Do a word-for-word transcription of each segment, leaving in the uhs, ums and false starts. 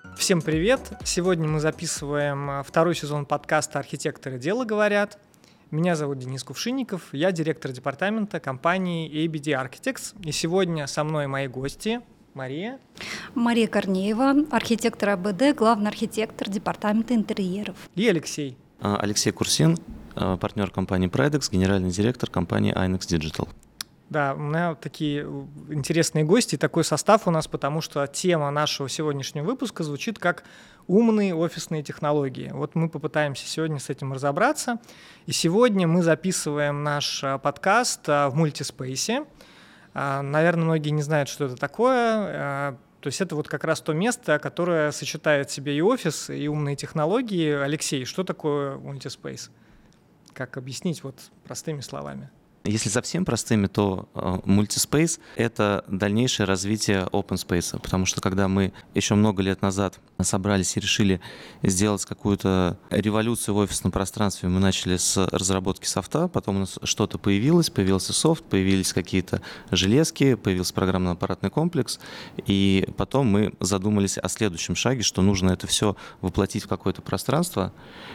Всем привет! Сегодня мы записываем второй сезон подкаста «Архитекторы дело говорят». Меня зовут Денис Кувшинников, я директор департамента компании эй би ди Architects. И сегодня со мной мои гости Мария. Мария Корнеева, архитектор АБД, главный архитектор департамента интерьеров. И Алексей. Алексей Курсин, партнер компании Pridex, генеральный директор компании Айнекс Digital. Да, у меня такие интересные гости, такой состав у нас, потому что тема нашего сегодняшнего выпуска звучит как «Умные офисные технологии». Вот мы попытаемся сегодня с этим разобраться. И сегодня мы записываем наш подкаст в мультиспейсе. Наверное, многие не знают, что это такое. То есть это вот как раз то место, которое сочетает в себе и офис, и умные технологии. Алексей, что такое мультиспейс? Как объяснить вот простыми словами? Если совсем простыми, то мультиспейс uh, — это дальнейшее развитие open space, потому что когда мы еще много лет назад собрались и решили сделать какую-то революцию в офисном пространстве, мы начали с разработки софта, потом у нас что-то появилось, появился софт, появились какие-то железки, появился программно-аппаратный комплекс, и потом мы задумались о следующем шаге, что нужно это все воплотить в какое-то пространство,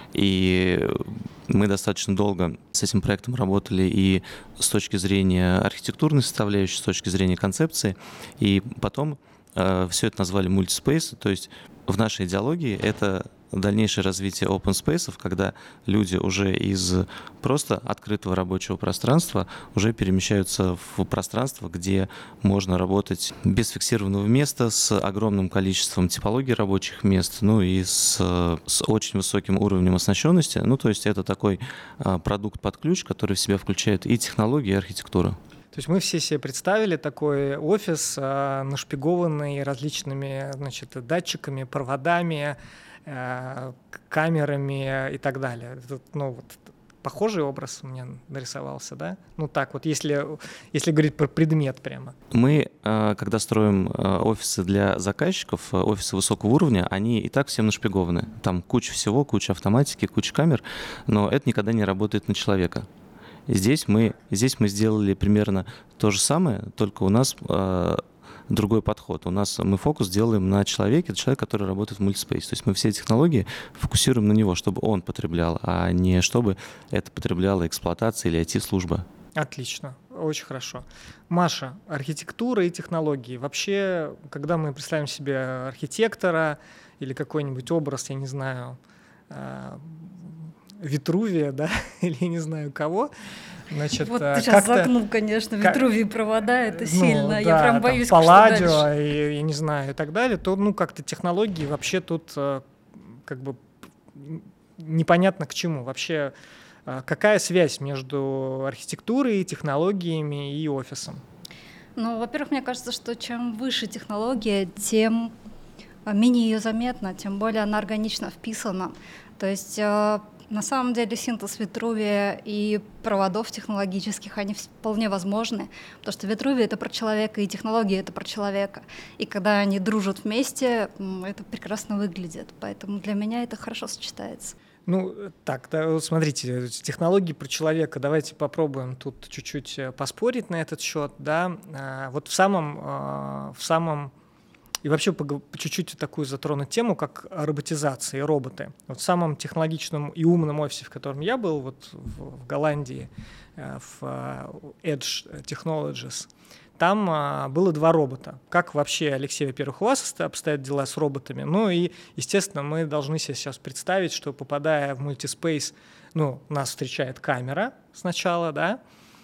и мы достаточно долго с этим проектом работали и с точки зрения архитектурной составляющей, с точки зрения концепции, и потом э, все это назвали мультиспейс, то есть в нашей идеологии это дальнейшее развитие open space, когда люди уже из просто открытого рабочего пространства уже перемещаются в пространство, где можно работать без фиксированного места, с огромным количеством типологий рабочих мест, ну и с, с очень высоким уровнем оснащенности. Ну, то есть это такой а, продукт под ключ, который в себя включает и технологии, и архитектуру. То есть мы все себе представили такой офис, а, нашпигованный различными, значит, датчиками, проводами, камерами и так далее. Тут, ну, вот, похожий образ у меня нарисовался, да? Ну так вот, если, если говорить про предмет прямо. Мы, когда строим офисы для заказчиков, офисы высокого уровня, они и так всем нашпигованы. Там куча всего, куча автоматики, куча камер, но это никогда не работает на человека. И здесь мы, здесь мы сделали примерно то же самое, только у нас другой подход. У нас мы фокус делаем на человеке, это человек, который работает в мультиспейсе. То есть мы все технологии фокусируем на него, чтобы он потреблял, а не чтобы это потребляла эксплуатация или ай ти-служба. Отлично, очень хорошо. Маша, архитектура и технологии. Вообще, когда мы представим себе архитектора или какой-нибудь образ, я не знаю, Витрувия, да, или я не знаю кого. Значит, вот ты сейчас загнул, конечно, Витрувий и провода, это ну, сильно, да, я прям боюсь, там, Палладио, что дальше. И, я не знаю, и так далее, то, ну, как-то технологии вообще тут как бы непонятно к чему. Вообще, какая связь между архитектурой, технологиями и офисом? Ну, во-первых, мне кажется, что чем выше технология, тем менее ее заметно, тем более она органично вписана. То есть на самом деле синтез Витрувия и проводов технологических, они вполне возможны, потому что Витрувий — это про человека, и технологии — это про человека. И когда они дружат вместе, это прекрасно выглядит. Поэтому для меня это хорошо сочетается. Ну, так, да, вот смотрите, технологии про человека, давайте попробуем тут чуть-чуть поспорить на этот счет, да. Вот в самом, в самом И вообще по чуть-чуть такую затронуть тему, как роботизация и роботы. Вот в самом технологичном и умном офисе, в котором я был, вот в, в Голландии, в Edge Technologies, там было два робота. Как вообще, Алексей, во-первых, у вас обстоят дела с роботами? Ну и, естественно, мы должны себе сейчас представить, что, попадая в мультиспейс, ну, нас встречает камера сначала, да,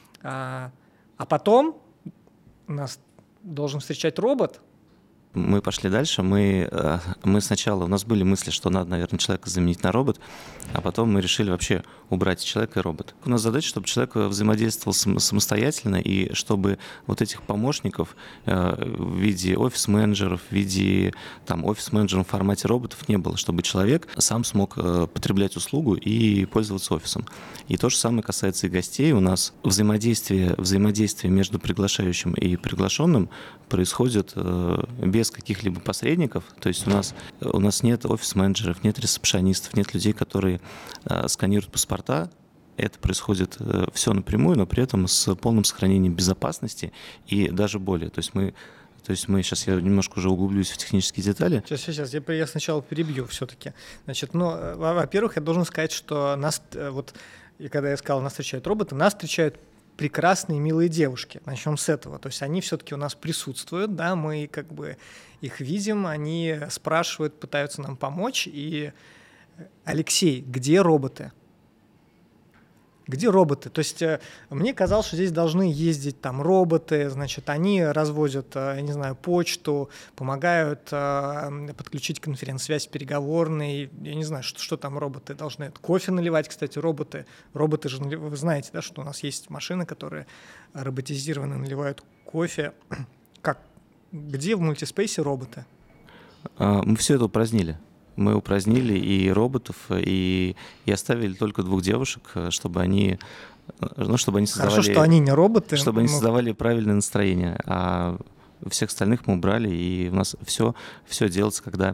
а, а потом нас должен встречать робот. Мы пошли дальше. Мы, мы сначала, у нас были мысли, что надо, наверное, человека заменить на робот, а потом мы решили вообще убрать человека и робот. У нас задача, чтобы человек взаимодействовал самостоятельно, и чтобы вот этих помощников в виде офис-менеджеров, в виде там, офис-менеджеров в формате роботов не было, чтобы человек сам смог потреблять услугу и пользоваться офисом. И то же самое касается и гостей. У нас взаимодействие, взаимодействие между приглашающим и приглашенным происходит без без каких-либо посредников, то есть у нас, у нас нет офис-менеджеров, нет ресепшонистов, нет людей, которые э, сканируют паспорта. Это происходит э, все напрямую, но при этом с полным сохранением безопасности и даже более. То есть мы То есть мы сейчас, я немножко уже углублюсь в технические детали. Сейчас, сейчас, я, я сначала перебью все-таки. Значит, ну, во-первых, я должен сказать, что нас, вот, и когда я сказал, нас встречают роботы, нас встречают прекрасные, милые девушки. Начнем с этого. То есть они все-таки у нас присутствуют, да, мы как бы их видим, они спрашивают, пытаются нам помочь. И, Алексей, где роботы? Где роботы? То есть мне казалось, что здесь должны ездить там роботы, значит, они развозят, я не знаю, почту, помогают подключить конференц-связь переговорной, я не знаю, что, что там роботы должны. Кофе наливать, кстати, роботы. Роботы же, вы знаете, да, что у нас есть машины, которые роботизированно наливают кофе. Как? Где в мультиспейсе роботы? Мы все это упразднили. Мы упразднили и роботов, и, и оставили только двух девушек, чтобы они, ну, чтобы они создавали... Хорошо, что они не роботы. Чтобы они но... создавали правильное настроение. А всех остальных мы убрали, и у нас все, все делается, когда,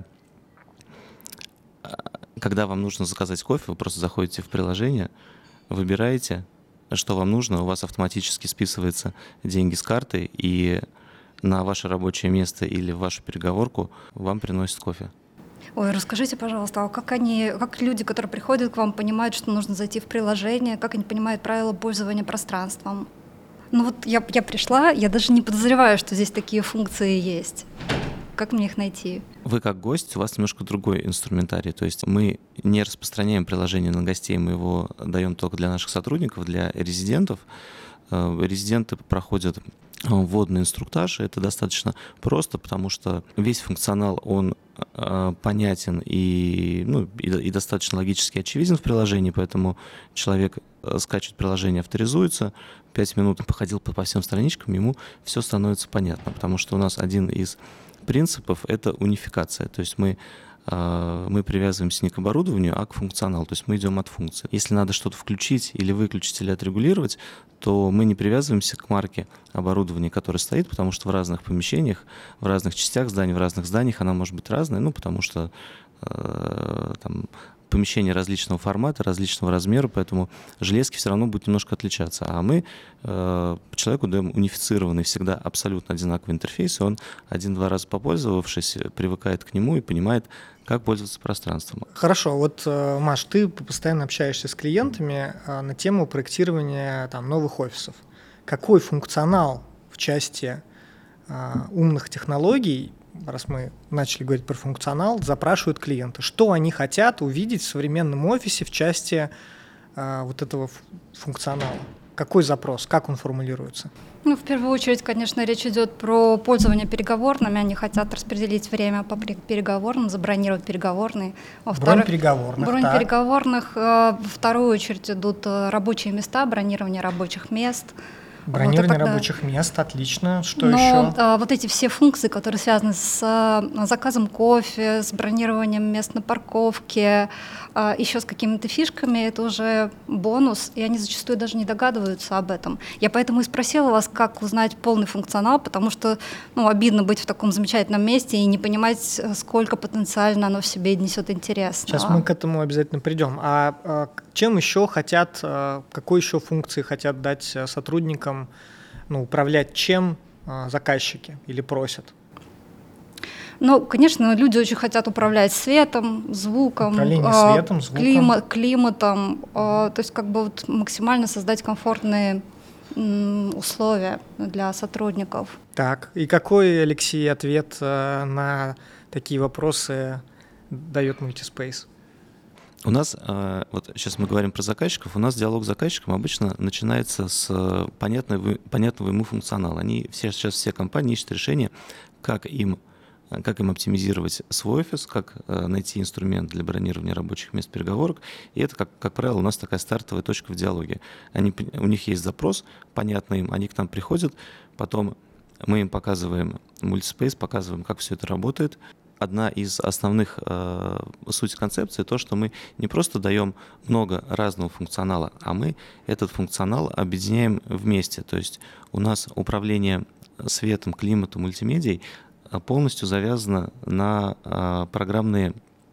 когда вам нужно заказать кофе, вы просто заходите в приложение, выбираете, что вам нужно, у вас автоматически списываются деньги с карты, и на ваше рабочее место или в вашу переговорку вам приносят кофе. Ой, расскажите, пожалуйста, а как они, как люди, которые приходят к вам, понимают, что нужно зайти в приложение, как они понимают правила пользования пространством? Ну вот я, я пришла, я даже не подозреваю, что здесь такие функции есть. Как мне их найти? Вы как гость, у вас немножко другой инструментарий. То есть мы не распространяем приложение на гостей, мы его даем только для наших сотрудников, для резидентов. Резиденты проходят вводный инструктаж. Это достаточно просто, потому что весь функционал, он э, понятен и, ну, и, и достаточно логически очевиден в приложении, поэтому человек скачет приложение, авторизуется, пять минут походил по, по всем страничкам, ему все становится понятно, потому что у нас один из принципов — это унификация, то есть мы мы привязываемся не к оборудованию, а к функционалу. То есть мы идем от функции. Если надо что-то включить или выключить, или отрегулировать, то мы не привязываемся к марке оборудования, которое стоит, потому что в разных помещениях, в разных частях здания, в разных зданиях она может быть разная, ну, потому что э, там, помещения различного формата, различного размера, поэтому железки все равно будут немножко отличаться. А мы э, человеку даем унифицированный, всегда абсолютно одинаковый интерфейс, и он один-два раза попользовавшись, привыкает к нему и понимает, как пользоваться пространством. Хорошо, вот, Маш, ты постоянно общаешься с клиентами на тему проектирования там, новых офисов. Какой функционал в части а, умных технологий, раз мы начали говорить про функционал, запрашивают клиенты? Что они хотят увидеть в современном офисе в части а, вот этого функционала? Какой запрос, как он формулируется? Ну, в первую очередь, конечно, речь идет про пользование переговорными. Они хотят распределить время по переговорным, забронировать переговорные. Во вторых, бронь переговорных. Бронь так. переговорных. Во вторую очередь идут рабочие места, бронирование рабочих мест. Бронирование вот, рабочих мест, отлично. Что Но, еще? А, вот эти все функции, которые связаны с а, заказом кофе, с бронированием мест на парковке, а, еще с какими-то фишками, это уже бонус, и они зачастую даже не догадываются об этом. Я поэтому и спросила вас, как узнать полный функционал, потому что ну, обидно быть в таком замечательном месте и не понимать, сколько потенциально оно в себе несет интересного. Сейчас мы к этому обязательно придем. А, а чем еще хотят, а, какой еще функции хотят дать сотрудникам, ну, управлять чем а, заказчики или просят? Ну, конечно, люди очень хотят управлять светом, звуком, Управление э, светом, звуком. Клима, климатом, э, то есть как бы вот максимально создать комфортные м, условия для сотрудников. Так, и какой, Алексей, ответ э, на такие вопросы дает Multispace? У нас, вот сейчас мы говорим про заказчиков, у нас диалог с заказчиком обычно начинается с понятного, понятного ему функционала. Они все, сейчас все компании ищут решение, как им, как им оптимизировать свой офис, как найти инструмент для бронирования рабочих мест переговорок. И это, как, как правило, у нас такая стартовая точка в диалоге. Они, у них есть запрос, понятный им, они к нам приходят, потом мы им показываем Multispace, показываем, как все это работает. Одна из основных э, суть концепции то, что мы не просто даем много разного функционала, а мы этот функционал объединяем вместе. То есть у нас управление светом, климатом, мультимедией полностью завязано на э, программные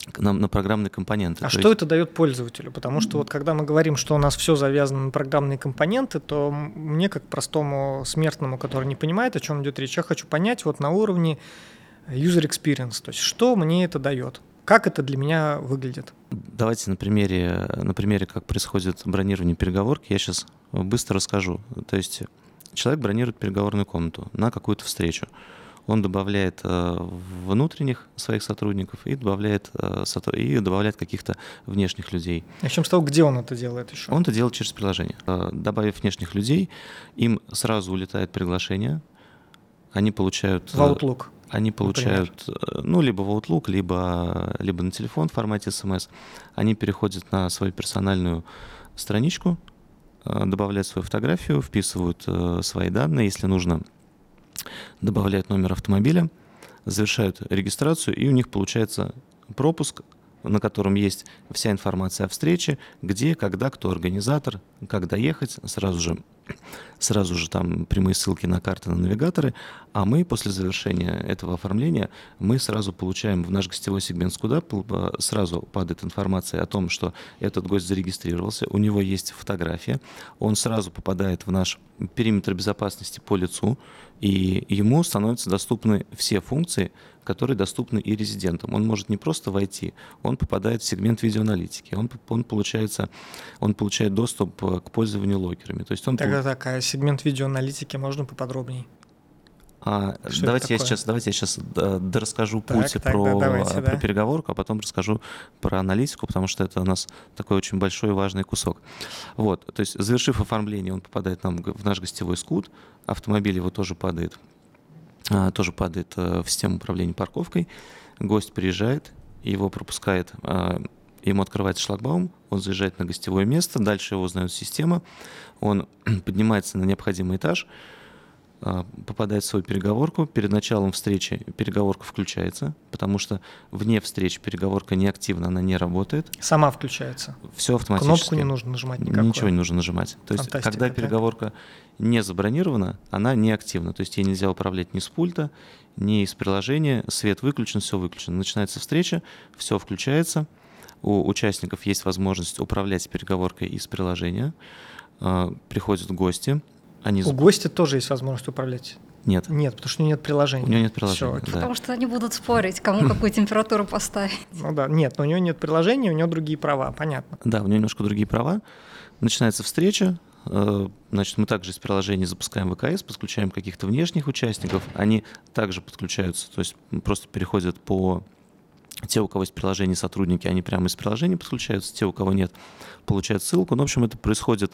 на, на программные компоненты. А То что есть... это дает пользователю? Потому что вот когда мы говорим, что у нас все завязано на программные компоненты, то мне, как простому смертному, который не понимает, о чем идет речь, я хочу понять вот на уровне user experience, то есть что мне это дает, как это для меня выглядит. Давайте на примере, на примере, как происходит бронирование переговорки, я сейчас быстро расскажу. То есть человек бронирует переговорную комнату на какую-то встречу. Он добавляет э, внутренних своих сотрудников и добавляет, э, сотруд... и добавляет каких-то внешних людей. Начнем с того, где он это делает еще. Он это делает через приложение. Э, добавив внешних людей, им сразу улетает приглашение. Они получают... В Outlook. Они получают, например, ну, либо в Outlook, либо, либо на телефон в формате эс эм эс. Они переходят на свою персональную страничку, э, добавляют свою фотографию, вписывают э, свои данные, если нужно, добавляют номер автомобиля, завершают регистрацию, и у них получается пропуск, на котором есть вся информация о встрече, где, когда, кто организатор, как доехать, сразу же, сразу же там прямые ссылки на карты, на навигаторы, а мы после завершения этого оформления, мы сразу получаем в наш гостевой сегмент Скуда, сразу падает информация о том, что этот гость зарегистрировался, у него есть фотография, он сразу попадает в наш периметр безопасности по лицу, и ему становятся доступны все функции, которые доступны и резидентам. Он может не просто войти, он попадает в сегмент видеоаналитики, он, он, получается, он получает доступ к пользованию локерами. То есть он Тогда пол... так, а сегмент видеоаналитики можно поподробнее? А, давайте, я сейчас, давайте я сейчас дорасскажу так, путь так, про, да, давайте, про да. переговорку, а потом расскажу про аналитику, потому что это у нас такой очень большой и важный кусок. Вот, то есть завершив оформление, он попадает нам в наш гостевой скут, автомобиль его тоже падает, тоже падает в систему управления парковкой, гость приезжает, его пропускает, ему открывается шлагбаум, он заезжает на гостевое место, дальше его узнает система, он поднимается на необходимый этаж, попадает в свою переговорку. Перед началом встречи переговорка включается, потому что вне встречи переговорка неактивна, она не работает. Сама включается. Все автоматически. Кнопку не нужно нажимать никакой. Ничего не нужно нажимать. То есть, когда переговорка не забронирована, она неактивна. То есть ей нельзя управлять ни с пульта, ни из приложения. Свет выключен, все выключено. Начинается встреча, все включается. У участников есть возможность управлять переговоркой из приложения. Приходят гости. Они... У гостя тоже есть возможность управлять? Нет. Нет, потому что у него нет приложения. У него нет приложения, Всё, да. Потому что они будут спорить, кому какую температуру поставить. Ну да, нет, но у него нет приложения, у него другие права, понятно. Да, у него немножко другие права. Начинается встреча, значит, мы также из приложения запускаем вэ ка эс, подключаем каких-то внешних участников, они также подключаются, то есть просто переходят по... Те, у кого есть приложение, сотрудники, они прямо из приложения подключаются, те, у кого нет, получают ссылку. Ну, в общем, это происходит,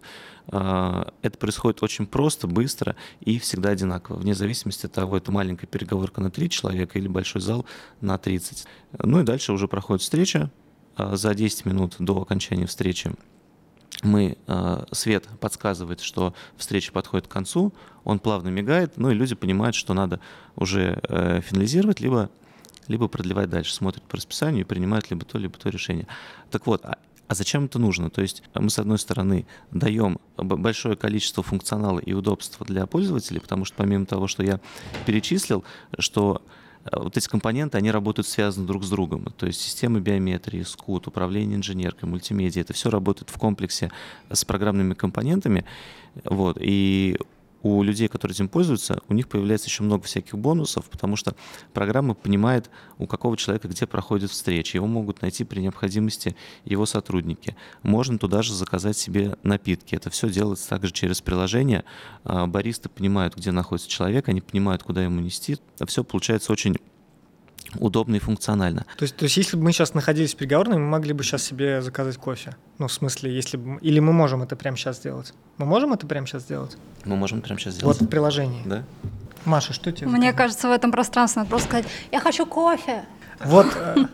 это происходит очень просто, быстро и всегда одинаково, вне зависимости от того, это маленькая переговорка на три человека или большой зал на тридцать. Ну и дальше уже проходит встреча. За десять минут до окончания встречи мы, свет подсказывает, что встреча подходит к концу, он плавно мигает, ну и люди понимают, что надо уже финализировать, либо либо продлевать дальше, смотрят по расписанию и принимают либо то, либо то решение. Так вот, а, а зачем это нужно? То есть мы, с одной стороны, даем большое количество функционала и удобства для пользователей, потому что помимо того, что я перечислил, что вот эти компоненты, они работают связаны друг с другом. То есть системы биометрии, скут, управление инженеркой, мультимедиа, это все работает в комплексе с программными компонентами. Вот, и у людей, которые этим пользуются, у них появляется еще много всяких бонусов, потому что программа понимает, у какого человека где проходит встреча. Его могут найти при необходимости его сотрудники. Можно туда же заказать себе напитки. Это все делается также через приложение. Баристы понимают, где находится человек, они понимают, куда ему нести. Все получается очень удобно и функционально. То есть, то есть, если бы мы сейчас находились в переговорной, мы могли бы сейчас себе заказать кофе? Ну, в смысле, если бы... Или мы можем это прямо сейчас сделать? Мы можем это прямо сейчас сделать? Мы можем прямо сейчас сделать. Вот в приложении. Да. Маша, что тебе? Мне кажется, в этом пространстве надо просто сказать: я хочу кофе. Вот.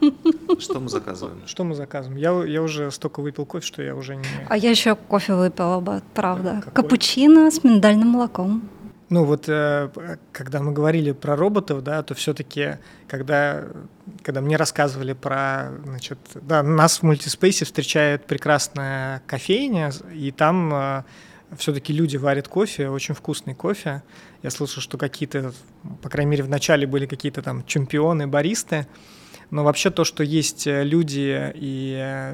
Что мы заказываем? Что мы заказываем? Я, я уже столько выпил кофе, что я уже не... А я еще кофе выпила бы, правда. Какой? Капучино с миндальным молоком. Ну вот, когда мы говорили про роботов, да, то все-таки, когда, когда мне рассказывали про, значит, да, нас в мультиспейсе встречает прекрасная кофейня, и там все-таки люди варят кофе, очень вкусный кофе. Я слышал, что какие-то, по крайней мере, в начале были какие-то там чемпионы, баристы. но вообще то, что есть люди, и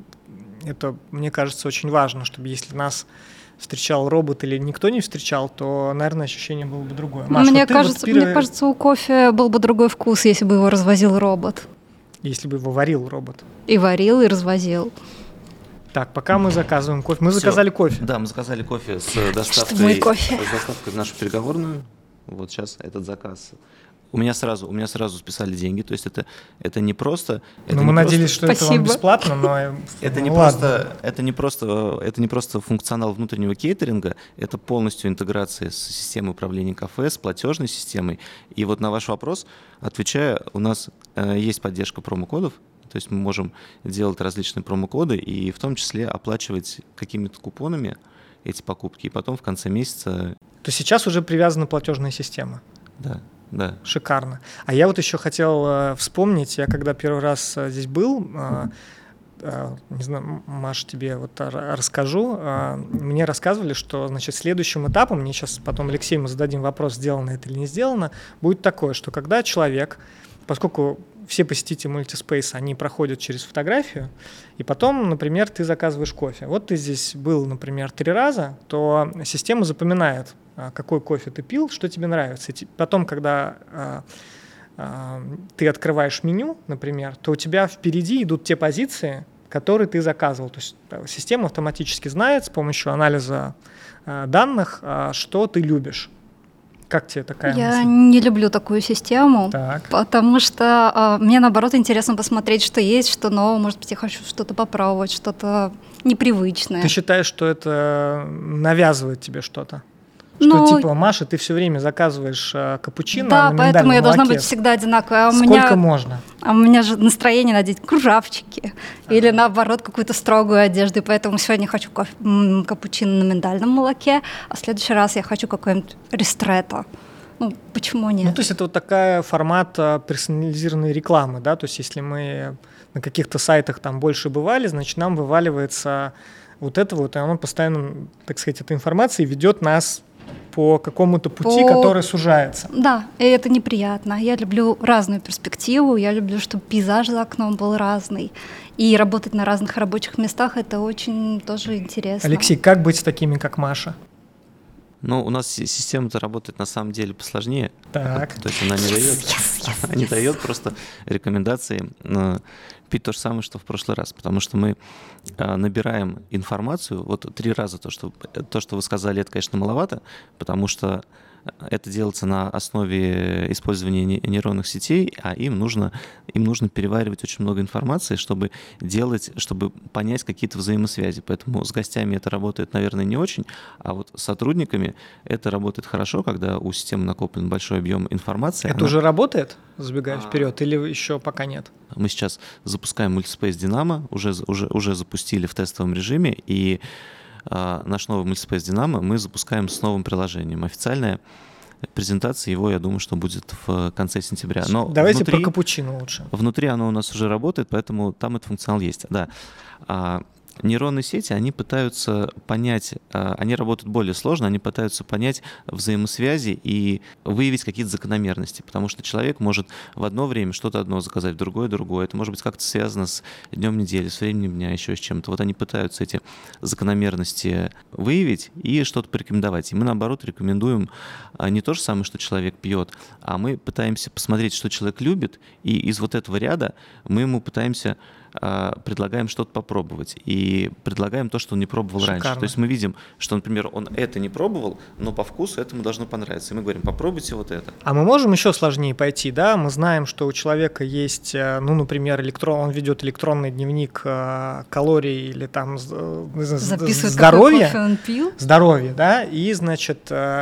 это, мне кажется, очень важно, чтобы если нас встречал робот или никто не встречал, то, наверное, ощущение было бы другое. Маш, мне, вот кажется, вот пир... мне кажется, у кофе был бы другой вкус, если бы его развозил робот. Если бы его варил робот. И варил, и развозил. Так, пока мы заказываем кофе. Мы Всё. заказали кофе. Да, мы заказали кофе с доставкой, Что мой кофе? с доставкой в нашу переговорную. Вот сейчас этот заказ. У меня сразу, у меня сразу списали деньги, то есть это, это не просто. Это Ну, не мы просто, надеялись, что Спасибо. это вам бесплатно, но это ну, не ладно. просто, это не просто, это не просто функционал внутреннего кейтеринга, это полностью интеграция с системой управления кафе, с платежной системой. И вот на ваш вопрос, отвечая, у нас э, есть поддержка промокодов. То есть мы можем делать различные промокоды и в том числе оплачивать какими-то купонами эти покупки, и потом в конце месяца... То сейчас уже привязана платежная система. Да, да. Шикарно. А я вот еще хотел э, вспомнить, я когда первый раз э, здесь был, э, э, не знаю, Маш, тебе вот р- расскажу, э, мне рассказывали, что, значит, следующим этапом, мне сейчас потом Алексею мы зададим вопрос, сделано это или не сделано, будет такое, что когда человек, поскольку все посетители мультиспейса, они проходят через фотографию, и потом, например, ты заказываешь кофе. Вот ты здесь был, например, три раза, то система запоминает, какой кофе ты пил, что тебе нравится. И потом, когда а, а, ты открываешь меню, например, то у тебя впереди идут те позиции, которые ты заказывал. То есть система автоматически знает с помощью анализа а, данных, а, что ты любишь. Как тебе такая Я мысль? не люблю такую систему, Так. потому что а, мне, наоборот, интересно посмотреть, что есть, что новое. Может быть, я хочу что-то попробовать, что-то непривычное. Ты считаешь, что это навязывает тебе что-то? Что Ну, типа, Маша, ты все время заказываешь э, капучино да, на поэтому я миндальном должна молоке. быть всегда одинаковой. А у Сколько меня, можно? а у меня же настроение надеть кружавчики или, наоборот, какую-то строгую одежду. И поэтому сегодня я хочу кофе, м, капучино на миндальном молоке, а в следующий раз я хочу какое-нибудь ристретто. Ну, почему нет? Ну, то есть это вот такая формат э, персонализированной рекламы, да? То есть если мы на каких-то сайтах там больше бывали, значит, нам вываливается вот это вот, и оно постоянно, так сказать, эта информация ведет нас по какому-то пути, По- который сужается. Да, и это неприятно. Я люблю разную перспективу, я люблю, чтобы пейзаж за окном был разный. И работать на разных рабочих местах — это очень тоже интересно. Алексей, как быть с такими, как Маша? Ну, у нас си- система-то работает на самом деле посложнее. Так. То есть она не дает, не дает просто рекомендации э, пить то же самое, что в прошлый раз. Потому что мы э, набираем информацию. Вот три раза то, что, то, что вы сказали, это, конечно, маловато, потому что это делается на основе использования не- нейронных сетей, а им нужно, им нужно переваривать очень много информации, чтобы делать, чтобы понять какие-то взаимосвязи. Поэтому с гостями это работает, наверное, не очень, а вот с сотрудниками это работает хорошо, когда у системы накоплен большой объем информации. Это Она- уже работает, забегая А. вперед, или еще пока нет? Мы сейчас запускаем Multispace Dynamo, уже, уже, уже запустили в тестовом режиме, и а, наш новый Multispace Dynamo мы запускаем с новым приложением. Официальная презентация его, я думаю, что будет в конце сентября. Но Давайте внутри, про капучино лучше. внутри оно у нас уже работает, поэтому там этот функционал есть. Да. А, нейронные сети, они пытаются понять, а, они работают более сложно, они пытаются понять взаимосвязи и выявить какие-то закономерности, потому что человек может в одно время что-то одно заказать, в другое другое. Это может быть как-то связано с днем недели, с временем дня, еще с чем-то. Вот они пытаются эти закономерности выявить и что-то порекомендовать. И мы, наоборот, рекомендуем а, не то же самое, что человек пьет, а мы пытаемся посмотреть, что человек любит, и из вот этого ряда мы ему пытаемся а, предлагаем что-то попробовать и предлагаем то, что он не пробовал Шикарно. раньше. То есть мы видим, что, например, он это не пробовал, но по вкусу этому должно понравиться. И мы говорим, попробуйте вот это. А мы можем еще сложнее пойти, да? Мы знаем, что у человека есть, э, ну, например, электрон, он ведет электронный дневник э, калорий или там з- э, з- Записывает, здоровья, какой кофе он пил. здоровье, да? И, значит, э,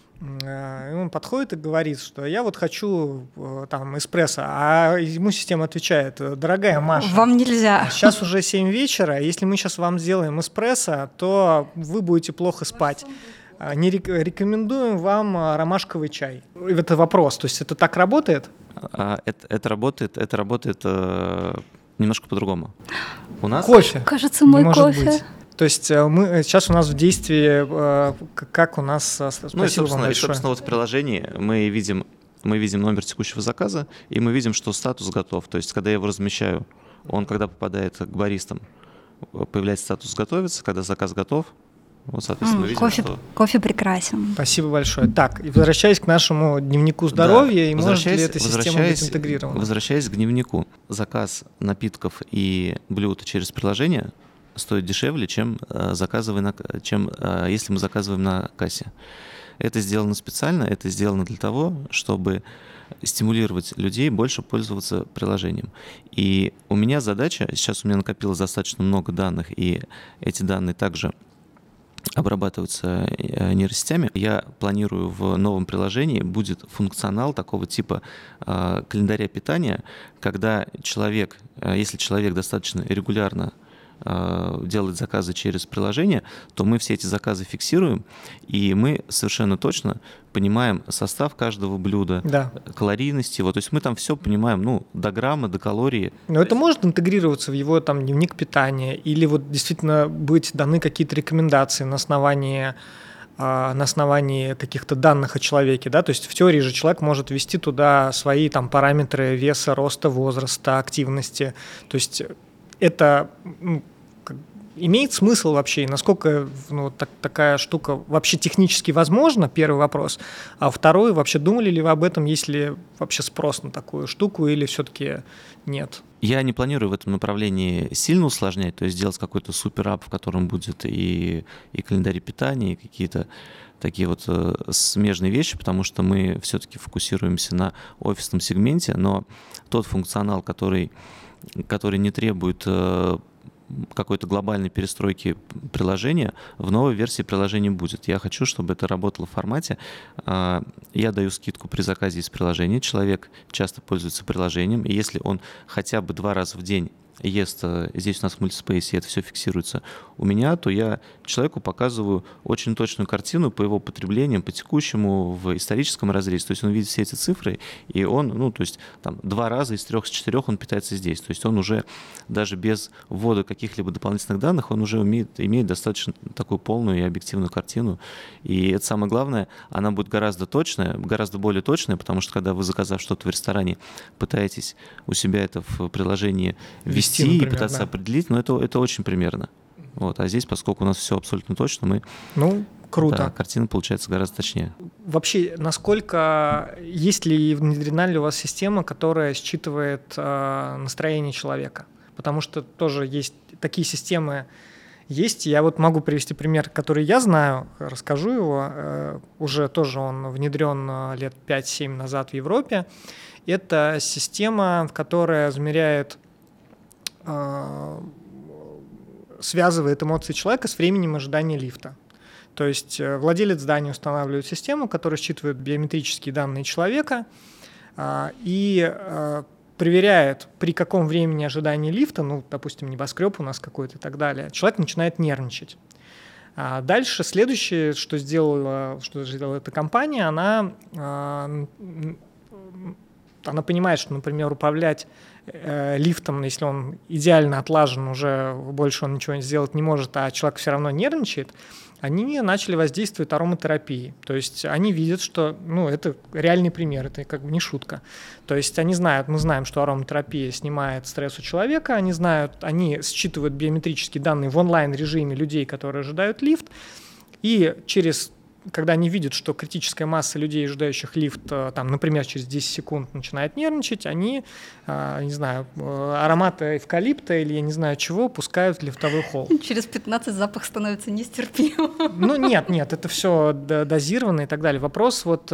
э, он подходит и говорит, что я вот хочу э, там эспрессо, а ему система отвечает, дорогая Маша, Вам нельзя. сейчас уже семь вечера, если мы сейчас вам сделаем эспрессо, то вы будете плохо спать. А, Не рек- рекомендуем вам а, ромашковый чай. Это вопрос, то есть это так работает? А это, это работает, это работает э, немножко по-другому. У нас Кофе. Кажется, Не мой может кофе. быть. То есть э, мы сейчас у нас в действии, э, к- как у нас, э, Ну и спасибо вам собственно, и, большое. собственно, вот в приложении мы видим мы видим номер текущего заказа, и мы видим, что статус готов. То есть, когда я его размещаю, он, когда попадает к баристам, появляется статус «готовится», когда заказ готов, вот, соответственно, Mm, мы видим, кофе, что... кофе прекрасен. Спасибо большое. Так, и возвращаясь к нашему дневнику здоровья, Да. и может ли эта система быть интегрирована? Возвращаясь к дневнику, заказ напитков и блюд через приложение стоит дешевле, чем, э, заказывая на, чем э, если мы заказываем на кассе. Это сделано специально, это сделано для того, чтобы стимулировать людей больше пользоваться приложением. И у меня задача, сейчас у меня накопилось достаточно много данных, и эти данные также обрабатываются нейросетями. Я планирую в новом приложении будет функционал такого типа э, календаря питания, когда человек, э, если человек достаточно регулярно э, делает заказы через приложение, то мы все эти заказы фиксируем, и мы совершенно точно понимаем состав каждого блюда, Да. калорийность его. То есть мы там все понимаем, ну, до грамма, до калории. Но это может интегрироваться в его там дневник питания или вот действительно быть даны какие-то рекомендации на основании а, на основании каких-то данных о человеке, да, то есть в теории же человек может ввести туда свои там параметры веса, роста, возраста, активности, то есть это ну, имеет смысл вообще, и насколько ну, так, такая штука вообще технически возможна, первый вопрос, а второй, вообще думали ли вы об этом, есть ли вообще спрос на такую штуку или все-таки нет? Я не планирую в этом направлении сильно усложнять, то есть сделать какой-то супер-ап, в котором будет и, и календарь питания, и какие-то такие вот э, смежные вещи, потому что мы все-таки фокусируемся на офисном сегменте, но тот функционал, который, который не требует э, какой-то глобальной перестройки приложения, в новой версии приложения будет. Я хочу, чтобы это работало в формате. Я даю скидку при заказе из приложения. Человек часто пользуется приложением, и если он хотя бы два раза в день ест, здесь у нас в мультиспейсе это все фиксируется у меня, то я человеку показываю очень точную картину по его потреблениям, по текущему, в историческом разрезе. То есть он видит все эти цифры, и он, ну, то есть там два раза из трех, с четырех он питается здесь. То есть он уже даже без ввода каких-либо дополнительных данных, он уже умеет, имеет достаточно такую полную и объективную картину. И это самое главное, она будет гораздо точная, гораздо более точная, потому что когда вы, заказав что-то в ресторане, пытаетесь у себя это в приложении ввести, например, и пытаться да. определить, но это, это очень примерно. Вот. А здесь, поскольку у нас все абсолютно точно, мы... Ну, круто. Да, картина получается гораздо точнее. Вообще, насколько, есть ли внедрена ли у вас система, которая считывает э, настроение человека? Потому что тоже есть такие системы, есть. Я вот могу привести пример, который я знаю, расскажу его. Э, уже тоже он внедрен лет пять-семь назад в Европе. Это система, которая измеряет связывает эмоции человека с временем ожидания лифта. То есть владелец здания устанавливает систему, которая считывает биометрические данные человека и проверяет, при каком времени ожидания лифта, ну, допустим, небоскреб у нас какой-то и так далее, человек начинает нервничать. А дальше следующее, что сделала, что сделала эта компания, она, она понимает, что, например, управлять лифтом, если он идеально отлажен, уже больше он ничего сделать не может, а человек все равно нервничает, они начали воздействовать ароматерапией. То есть они видят, что, ну, это реальный пример, это как бы не шутка. То есть они знают, мы знаем, что ароматерапия снимает стресс у человека, они знают, они считывают биометрические данные в онлайн-режиме людей, которые ожидают лифт, и через когда они видят, что критическая масса людей, ожидающих лифт, там, например, через десять секунд начинает нервничать, они, не знаю, ароматы эвкалипта или я не знаю чего пускают в лифтовой холл. Через пятнадцать запах становится нестерпимым. Ну нет, нет, это все дозировано и так далее. Вопрос вот,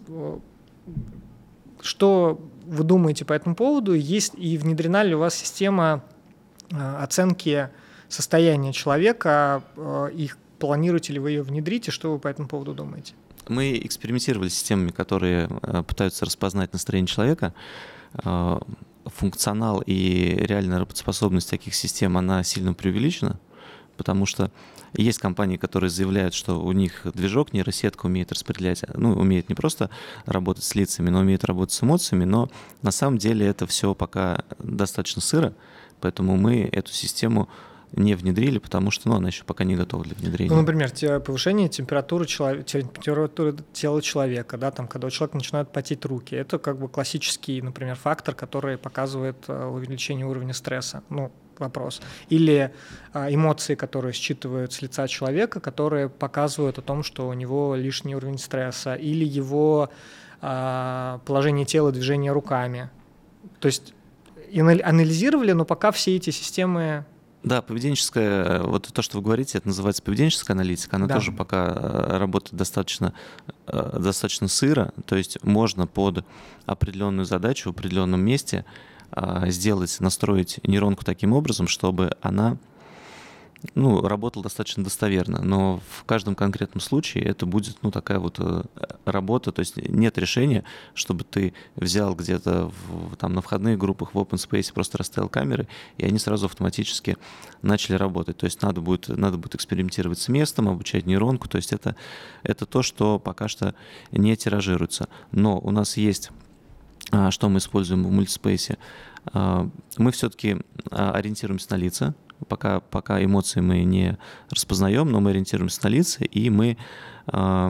что вы думаете по этому поводу? Есть и внедрена ли у вас система оценки состояния человека, их планируете ли вы ее внедрить, и что вы по этому поводу думаете? Мы экспериментировали с системами, которые пытаются распознать настроение человека. Функционал и реальная работоспособность таких систем, она сильно преувеличена, потому что есть компании, которые заявляют, что у них движок, нейросетка умеет распределять, ну, умеет не просто работать с лицами, но умеет работать с эмоциями, но на самом деле это все пока достаточно сыро, поэтому мы эту систему не внедрили, потому что ну, она еще пока не готова для внедрения. Ну, например, повышение температуры, человек, температуры тела человека, да, там, когда у человека начинают потеть руки, это как бы классический, например, фактор, который показывает увеличение уровня стресса. Ну, вопрос. Или а, эмоции, которые считывают с лица человека, которые показывают о том, что у него лишний уровень стресса, или его а, положение тела, движение руками. То есть анализировали, но пока все эти системы... Да, поведенческая, вот то, что вы говорите, это называется поведенческая аналитика, она да. тоже пока работает достаточно, достаточно сыро, то есть можно под определенную задачу в определенном месте сделать, настроить нейронку таким образом, чтобы она ну, работала достаточно достоверно, но в каждом конкретном случае это будет ну, такая вот работа, то есть нет решения, чтобы ты взял где-то в, там, на входных группах в open space, просто расставил камеры, и они сразу автоматически начали работать. То есть надо будет, надо будет экспериментировать с местом, обучать нейронку, то есть это, это то, что пока что не тиражируется. Но у нас есть, что мы используем в мультиспейсе, мы все-таки ориентируемся на лица. Пока, пока эмоции мы не распознаем, но мы ориентируемся на лица, и мы э,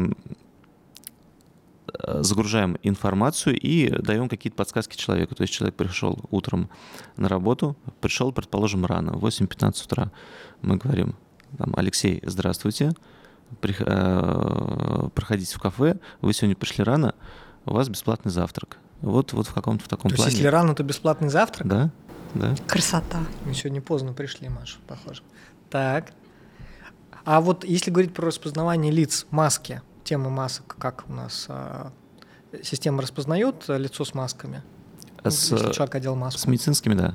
загружаем информацию и даем какие-то подсказки человеку. То есть человек пришел утром на работу, пришел, предположим, рано, в восемь пятнадцать утра. Мы говорим, там, Алексей, здравствуйте, при, э, проходите в кафе, вы сегодня пришли рано, у вас бесплатный завтрак. Вот, вот в каком-то в таком то плане. То есть если рано, то бесплатный завтрак? Да. Да. Красота. Мы сегодня поздно пришли, Маша, похоже. Так. А вот если говорить про распознавание лиц, маски, тема масок, как у нас а, система распознает лицо с масками? С, если человек одел маску. С медицинскими, да.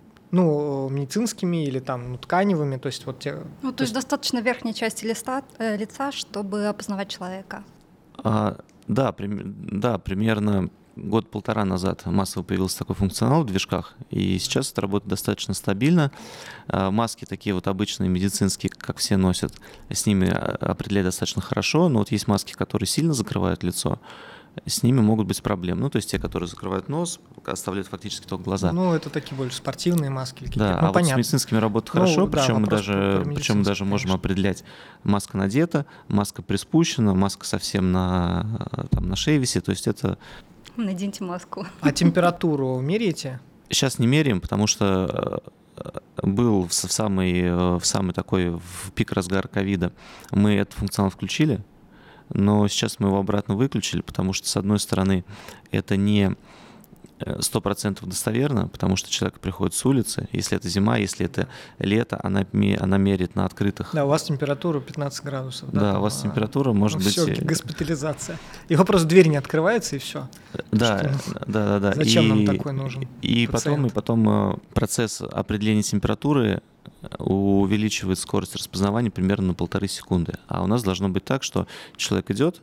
Ну, медицинскими или там ну, тканевыми, то есть вот те. Ну, то, то есть достаточно верхней части листа, э, лица, чтобы опознавать человека. А, да, при, да, примерно. Год-полтора назад массово появился такой функционал в движках, и сейчас это работает достаточно стабильно. Маски такие вот обычные, медицинские, как все носят, с ними определять достаточно хорошо, но вот есть маски, которые сильно закрывают лицо, с ними могут быть проблемы. Ну, то есть те, которые закрывают нос, оставляют фактически только глаза. Ну, это такие больше спортивные маски. Да, ну, а понятно. Вот с медицинскими работает хорошо, ну, причем, да, мы даже, причем мы даже можем определять, маска надета, маска приспущена, маска совсем на, там, на шее висит, то есть это... Наденьте маску. А температуру меряете? Сейчас не меряем, потому что был в самый, в самый такой в пик разгара ковида. Мы этот функционал включили, но сейчас мы его обратно выключили, потому что, с одной стороны, это не сто процентов достоверно, потому что человек приходит с улицы, если это зима, если это лето, она, она меряет на открытых. Да, у вас температура пятнадцать градусов. Да, да там, у вас температура может ну, быть... Все, госпитализация. Его просто дверь не открывается, и все. Да, что, да, да, да. Зачем и, нам такой нужен И потом, и потом процесс определения температуры увеличивает скорость распознавания примерно на полторы секунды. А у нас должно быть так, что человек идет,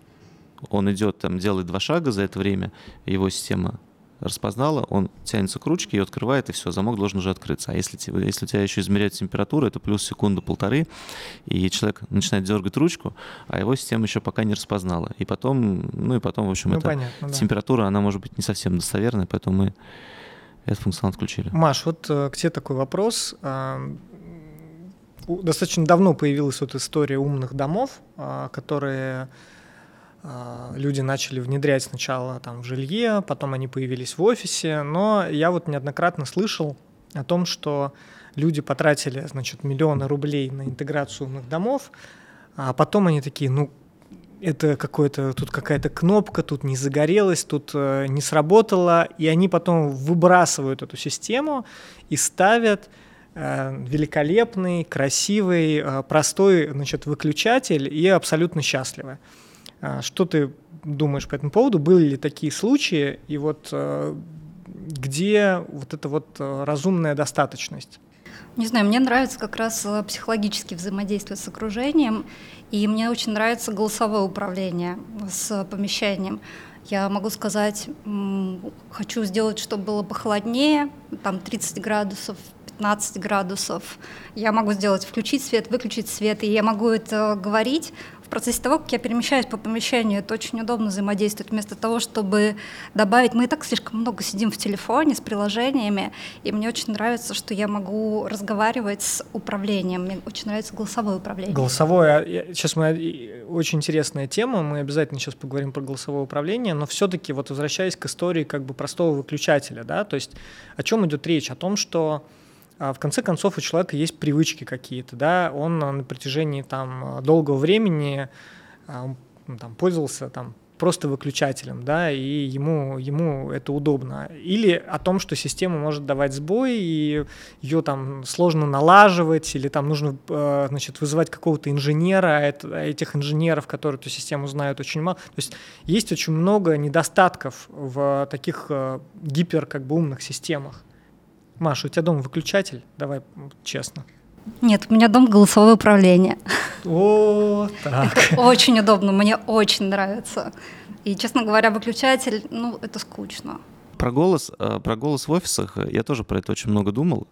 он идет, там, делает два шага за это время, его система распознала, он тянется к ручке, ее открывает, и все, замок должен уже открыться. А если, если у тебя еще измеряют температуру, это плюс секунда-полторы, и человек начинает дергать ручку, а его система еще пока не распознала. И потом, ну и потом, в общем, ну, эта понятно, да. температура, она может быть не совсем достоверной, поэтому мы этот функционал отключили. Маш, вот к тебе такой вопрос. Достаточно давно появилась вот история умных домов, которые... люди начали внедрять сначала там в жилье, потом они появились в офисе, но я вот неоднократно слышал о том, что люди потратили, значит, миллионы рублей на интеграцию умных домов, а потом они такие, ну, это какое-то, тут какая-то кнопка, тут не загорелась, тут э, не сработало, и они потом выбрасывают эту систему и ставят э, великолепный, красивый, э, простой, значит, выключатель и абсолютно счастливы. Что ты думаешь по этому поводу? Были ли такие случаи? И вот э, где вот эта вот разумная достаточность? Не знаю, мне нравится как раз психологически взаимодействие с окружением, и мне очень нравится голосовое управление с помещением. Я могу сказать, хочу сделать, чтобы было похолоднее, там тридцать градусов, пятнадцать градусов. Я могу сделать, включить свет, выключить свет, и я могу это говорить в процессе того, как я перемещаюсь по помещению, это очень удобно взаимодействовать. Вместо того, чтобы добавить... Мы и так слишком много сидим в телефоне с приложениями, и мне очень нравится, что я могу разговаривать с управлением. Мне очень нравится голосовое управление. Голосовое... Сейчас мы... Очень интересная тема, мы обязательно сейчас поговорим про голосовое управление, но все-таки вот возвращаясь к истории как бы простого выключателя, да, то есть о чем идет речь? О том, что в конце концов у человека есть привычки какие-то, да, он на протяжении там долгого времени там, пользовался там просто выключателем, да, и ему, ему это удобно. Или о том, что система может давать сбой, и ее там сложно налаживать, или там нужно, значит, вызывать какого-то инженера, а этих инженеров, которые эту систему знают, очень мало. То есть есть очень много недостатков в таких гипер, как бы, умных системах. Маша, у тебя дома выключатель? Давай честно. Нет, у меня дом голосовое управление. О, так. Это очень удобно, мне очень нравится. И, честно говоря, выключатель, ну, это скучно. Про голос, про голос в офисах я тоже про это очень много думал.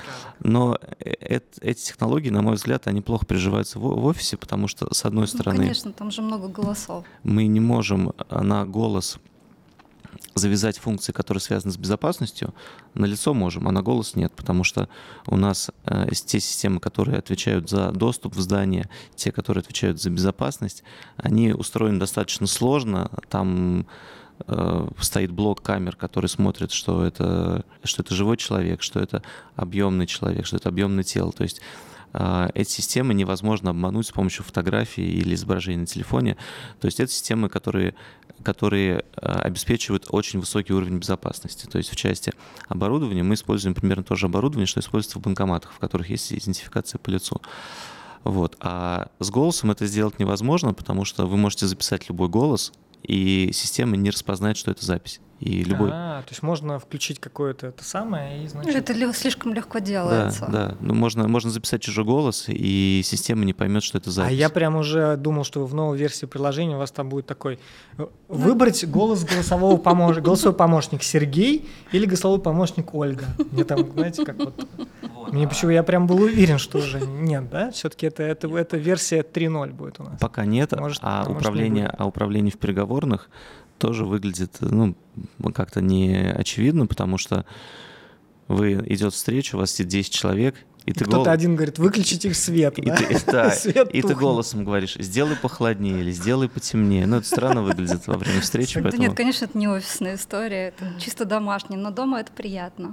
Но эти технологии, на мой взгляд, они плохо приживаются в офисе, потому что, с одной стороны... Ну, конечно, там же много голосов. Мы не можем на голос завязать функции, которые связаны с безопасностью, на лицо можем, а на голос нет, потому что у нас э, те системы, которые отвечают за доступ в здание, те, которые отвечают за безопасность, они устроены достаточно сложно. Там э, стоит блок камер, который смотрит, что это, что это живой человек, что это объемный человек, что это объемное тело. То есть э, эти системы невозможно обмануть с помощью фотографии или изображения на телефоне. То есть это системы, которые которые обеспечивают очень высокий уровень безопасности. То есть в части оборудования мы используем примерно то же оборудование, что используется в банкоматах, в которых есть идентификация по лицу. Вот. А с голосом это сделать невозможно, потому что вы можете записать любой голос, и система не распознает, что это запись. И любой... А, то есть можно включить какое-то это самое и, значит... Это слишком легко делается. Да, да. Ну, можно, можно записать чужой голос, и система не поймет, что это запись. А я прям уже думал, что в новой версии приложения у вас там будет такой... Выбрать голос голосового помощника. Голосовой помощник Сергей или голосовой помощник Ольга. Мне там, знаете, как вот... Мне почему я прям был уверен, что уже нет, да? Все-таки это, это, это версия три ноль будет у нас. Пока нет, может, а, а, управление, а управление в переговорных тоже выглядит, ну, как-то не очевидно, потому что вы идет встреча, у вас сидит десять человек, и, и ты кто-то гол... один говорит, выключите свет, и да? Ты, да, свет и ты голосом говоришь, сделай похолоднее или сделай потемнее. Ну, это странно выглядит во время встречи. Да нет, конечно, это не офисная история, это чисто домашняя, но дома это приятно.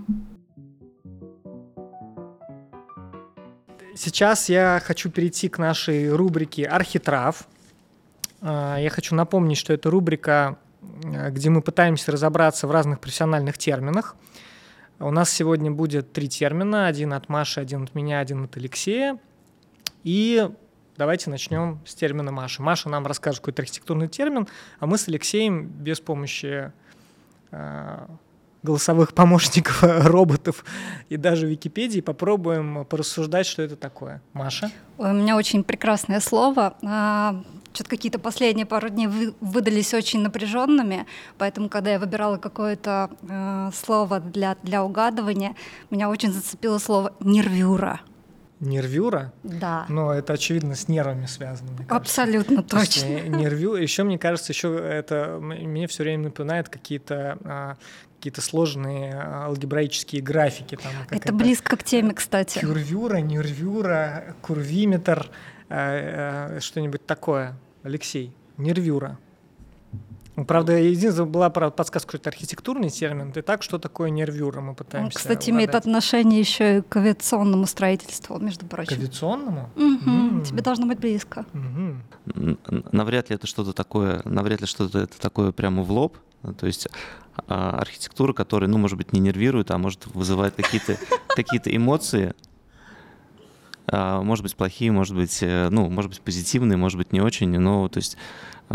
Сейчас я хочу перейти к нашей рубрике «Архитрав». Я хочу напомнить, что это рубрика, где мы пытаемся разобраться в разных профессиональных терминах. У нас сегодня будет три термина. Один от Маши, один от меня, один от Алексея. И давайте начнем с термина Маши. Маша нам расскажет какой-то архитектурный термин, а мы с Алексеем без помощи голосовых помощников, роботов и даже Википедии попробуем порассуждать, что это такое. Маша? Ой, у меня очень прекрасное слово. А, что-то какие-то последние пару дней вы, выдались очень напряженными, поэтому, когда я выбирала какое-то э, слово для, для угадывания, меня очень зацепило слово «нервюра». Нервюра? Да. Но это, очевидно, с нервами связано. Мне Абсолютно То точно. Нервю. Еще, мне кажется, еще это мне все время напоминает какие-то какие-то сложные алгебраические графики. Там, это близко к теме, кстати. Кюрвюра, нервюра, курвиметр, что-нибудь такое. Алексей, нервюра. Правда, единственное, была подсказка, что это архитектурный термин. И так, что такое нервюра, мы пытаемся. Он, кстати, угадать. имеет отношение еще и к авиационному строительству, между прочим. К авиационному? Угу. Mm. Тебе должно быть близко. Угу. Навряд ли это что-то такое, навряд ли что-то это такое прямо в лоб. То есть архитектура, которая, ну, может быть, не нервирует, а может вызывать какие-то какие-то эмоции. Может быть, плохие, может быть, ну, может быть, позитивные, может быть, не очень. Но, то есть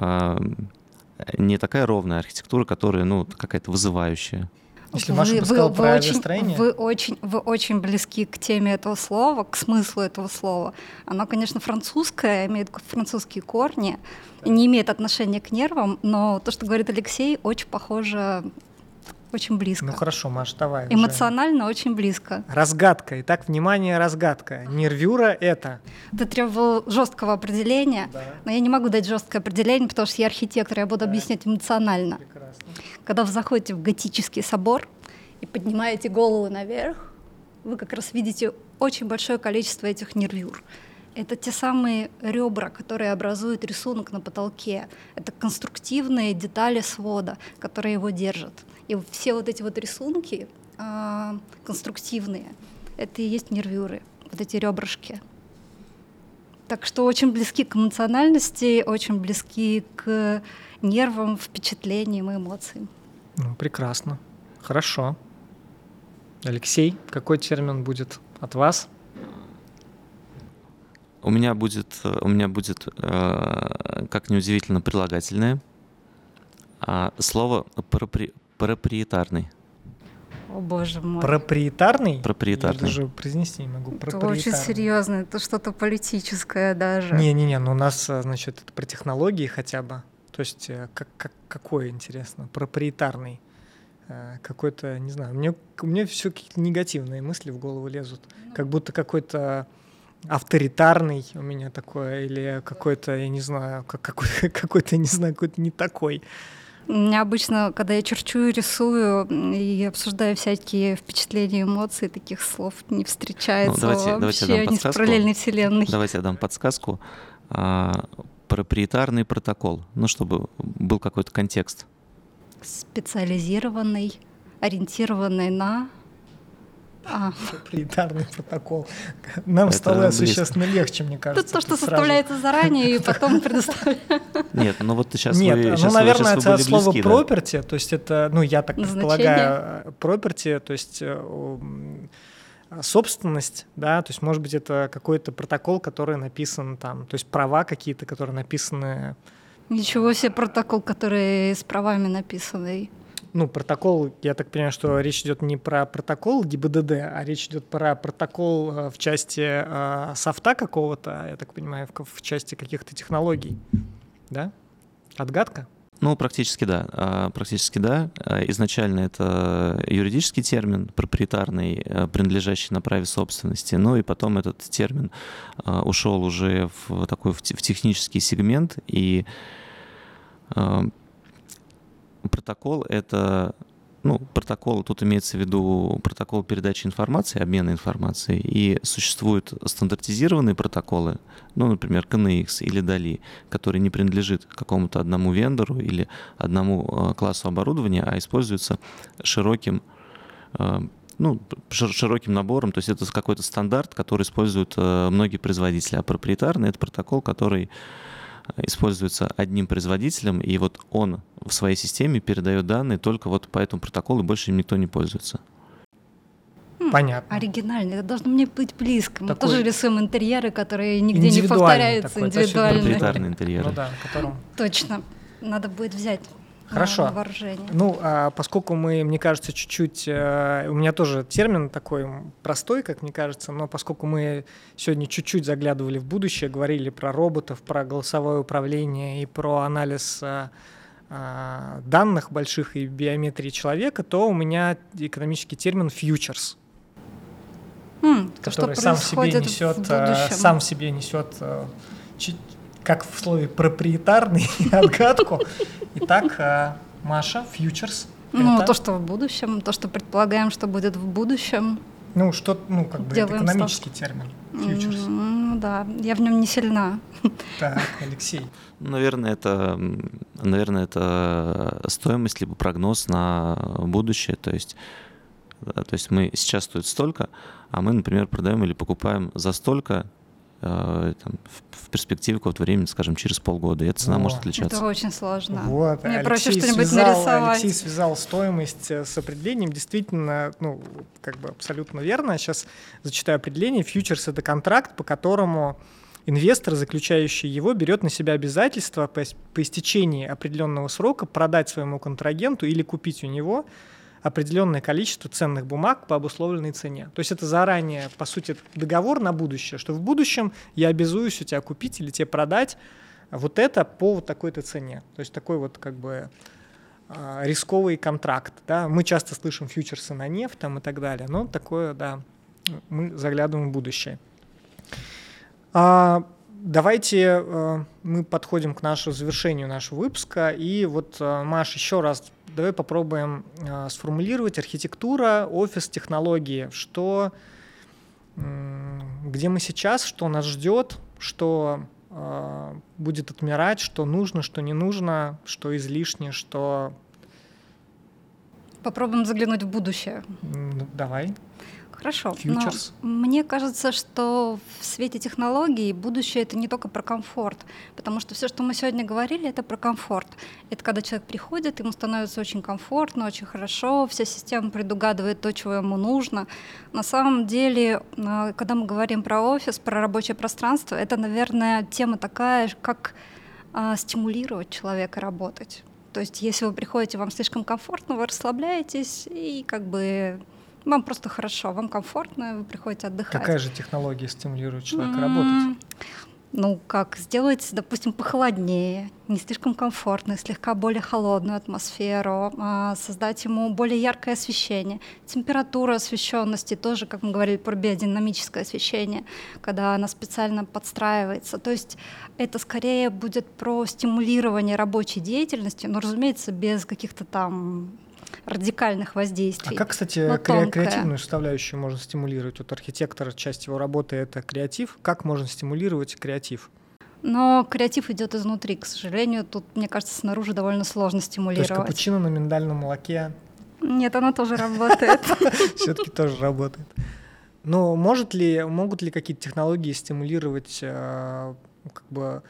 не такая ровная архитектура, которая, ну, какая-то вызывающая. Если Маша бы сказала про авиастроение. Вы очень, вы очень близки к теме этого слова, к смыслу этого слова. Оно, конечно, французское, имеет французские корни, не имеет отношения к нервам, но то, что говорит Алексей, очень похоже очень близко. Ну хорошо, Маш, давай. уже. Эмоционально очень близко. Разгадка. Итак, внимание, разгадка. Нервюра — это... Ты требовал жесткого определения, Да. но я не могу дать жесткое определение, потому что я архитектор, я буду Да. объяснять эмоционально. Прекрасно. Когда вы заходите в готический собор и поднимаете голову наверх, вы как раз видите очень большое количество этих нервюр. Это те самые ребра, которые образуют рисунок на потолке. Это конструктивные детали свода, которые его держат. И все вот эти вот рисунки а, конструктивные, это и есть нервюры, вот эти ребрышки. Так что очень близки к эмоциональности, очень близки к нервам, впечатлениям и эмоциям. Ну, прекрасно. Хорошо. Алексей, какой термин будет от вас? У меня будет, у меня будет, э, как неудивительно, прилагательное. А слово пропри, проприетарный. О, боже мой. Проприетарный? Проприетарный. Я даже произнести не могу. Это очень серьезно, это что-то политическое даже. Не-не-не, ну у нас, значит, это про технологии хотя бы. То есть как, как, какой, интересно, проприетарный? Какой-то, не знаю, мне, мне все какие-то негативные мысли в голову лезут. Как будто какой-то авторитарный у меня такое, или какой-то, я не знаю, как, какой, какой-то, не знаю, какой-то не такой. У меня обычно, когда я черчу и рисую и обсуждаю всякие впечатления, эмоции, таких слов не встречается. Ну, давайте, вообще, давайте я дам они в подсказку. параллельной вселенной. Давайте я дам подсказку. А, проприетарный протокол. Ну, чтобы был какой-то контекст. Специализированный, ориентированный на... А. Проприетарный протокол. Нам Это стало близко. существенно легче, мне кажется. Это то, что сразу. составляется заранее и потом предоставляется. Нет, ну вот сейчас Нет, вы, ну, сейчас наверное, вы, сейчас вы это были слово близки, да. property, то есть это, ну, я так Назначение. предполагаю, property, то есть э, м, собственность, да, то есть, может быть, это какой-то протокол, который написан там, то есть права какие-то, которые написаны, Ничего себе протокол, который с правами написанный. ну, протокол, я так понимаю, что речь идет не про протокол ГИБДД, а речь идет про протокол э, в части э, софта какого-то, я так понимаю, в, в части каких-то технологий, да? Отгадка? Ну, практически да. А, Практически да. А, Изначально это юридический термин, проприетарный, а, принадлежащий на праве собственности. Ну и потом этот термин а, ушел уже в такой в те- в технический сегмент. И а, протокол — это... Ну, протокол, тут имеется в виду протокол передачи информации, обмена информацией, и существуют стандартизированные протоколы, ну, например, ка эн икс или дали, который не принадлежит какому-то одному вендору или одному э, классу оборудования, а используется широким, э, ну, шир- широким набором, то есть это какой-то стандарт, который используют э, многие производители, а проприетарный — это протокол, который используется одним производителем, и вот он в своей системе передает данные только вот по этому протоколу, и больше им никто не пользуется. М, Понятно. Оригинальный, это должно мне быть близко. Мы Такой тоже рисуем интерьеры, которые нигде не индивидуальный повторяются, такой, да, индивидуальные. Проприетарные интерьеры. Ну да, в котором... Точно. Надо будет взять Хорошо. на вооружение. Ну, а поскольку мы, мне кажется, чуть-чуть... э, у меня тоже термин такой простой, как мне кажется, но поскольку мы сегодня чуть-чуть заглядывали в будущее, говорили про роботов, про голосовое управление и про анализ э, э, данных больших и биометрии человека, то у меня экономический термин «futures», М, то, который что сам в себе происходит несет, в э, будущем. сам в себе несет, э, чуть- как в слове проприетарный, отгадку. Итак, э, Маша, futures. Ну, это- то, что в будущем, то, что предполагаем, что будет в будущем. Ну, что, ну, как бы это Делаем экономический термин. Futures. М, да, я в нем не сильна. Так, Алексей. Наверное, это, м, наверное, это стоимость либо прогноз на будущее. То есть, да, то есть мы сейчас стоит столько, а мы, например, продаем или покупаем за столько э, там, в, в перспективе какого-то времени, скажем, через полгода. И эта цена Во. может отличаться. Это очень сложно. Вот, Мне Алексей проще что-нибудь связал, нарисовать. Алексей связал стоимость э, с определением. Действительно, ну, как бы абсолютно верно. Сейчас зачитаю определение. Фьючерс — это контракт, по которому инвестор, заключающий его, берет на себя обязательство по, ис- по истечении определенного срока продать своему контрагенту или купить у него определенное количество ценных бумаг по обусловленной цене. То есть это заранее, по сути, договор на будущее, что в будущем я обязуюсь у тебя купить или тебе продать вот это по вот такой-то цене. То есть такой вот как бы э, рисковый контракт. Да? Мы часто слышим фьючерсы на нефть там, и так далее, но такое, да, мы заглядываем в будущее. А, давайте э, мы подходим к нашему завершению нашего выпуска, и вот, э, Маш, еще раз давай попробуем э, сформулировать архитектура, офис, технологии, что, э, где мы сейчас, что нас ждет, что э, будет отмирать, что нужно, что не нужно, что излишне, что... Попробуем заглянуть в будущее. Ну, давай. Хорошо. Futures. Но мне кажется, что в свете технологий будущее — это не только про комфорт, потому что все, что мы сегодня говорили, это про комфорт. Это когда человек приходит, ему становится очень комфортно, очень хорошо, вся система предугадывает то, чего ему нужно. На самом деле, когда мы говорим про офис, про рабочее пространство, это, наверное, тема такая, как а, стимулировать человека работать. То есть если вы приходите, вам слишком комфортно, вы расслабляетесь и как бы... Вам просто хорошо, вам комфортно, вы приходите отдыхать. Какая же технология стимулирует человека mm-hmm. работать? Ну, как сделать, допустим, похолоднее, не слишком комфортно, слегка более холодную атмосферу, создать ему более яркое освещение. Температура освещенности тоже, как мы говорили, про биодинамическое освещение, когда она специально подстраивается. То есть это скорее будет про стимулирование рабочей деятельности, но, разумеется, без каких-то там... радикальных воздействий. А как, кстати, кре- креативную составляющую можно стимулировать? Вот архитектор, часть его работы — это креатив. Как можно стимулировать креатив? Но креатив идет изнутри, к сожалению. Тут, мне кажется, снаружи довольно сложно стимулировать. То есть капучино на миндальном молоке? Нет, оно тоже работает. Все-таки тоже работает. Но может ли, могут ли какие-то технологии стимулировать как бы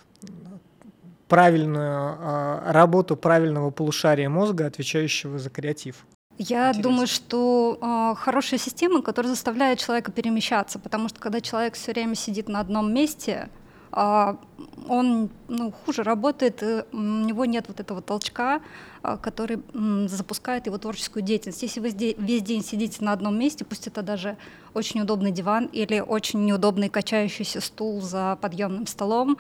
правильную э, работу правильного полушария мозга, отвечающего за креатив? Я Интересно. думаю, что э, хорошая система, которая заставляет человека перемещаться, потому что когда человек все время сидит на одном месте, э, он ну, хуже работает, и у него нет вот этого толчка, э, который э, запускает его творческую деятельность. Если вы весь день сидите на одном месте, пусть это даже очень удобный диван или очень неудобный качающийся стул за подъемным столом,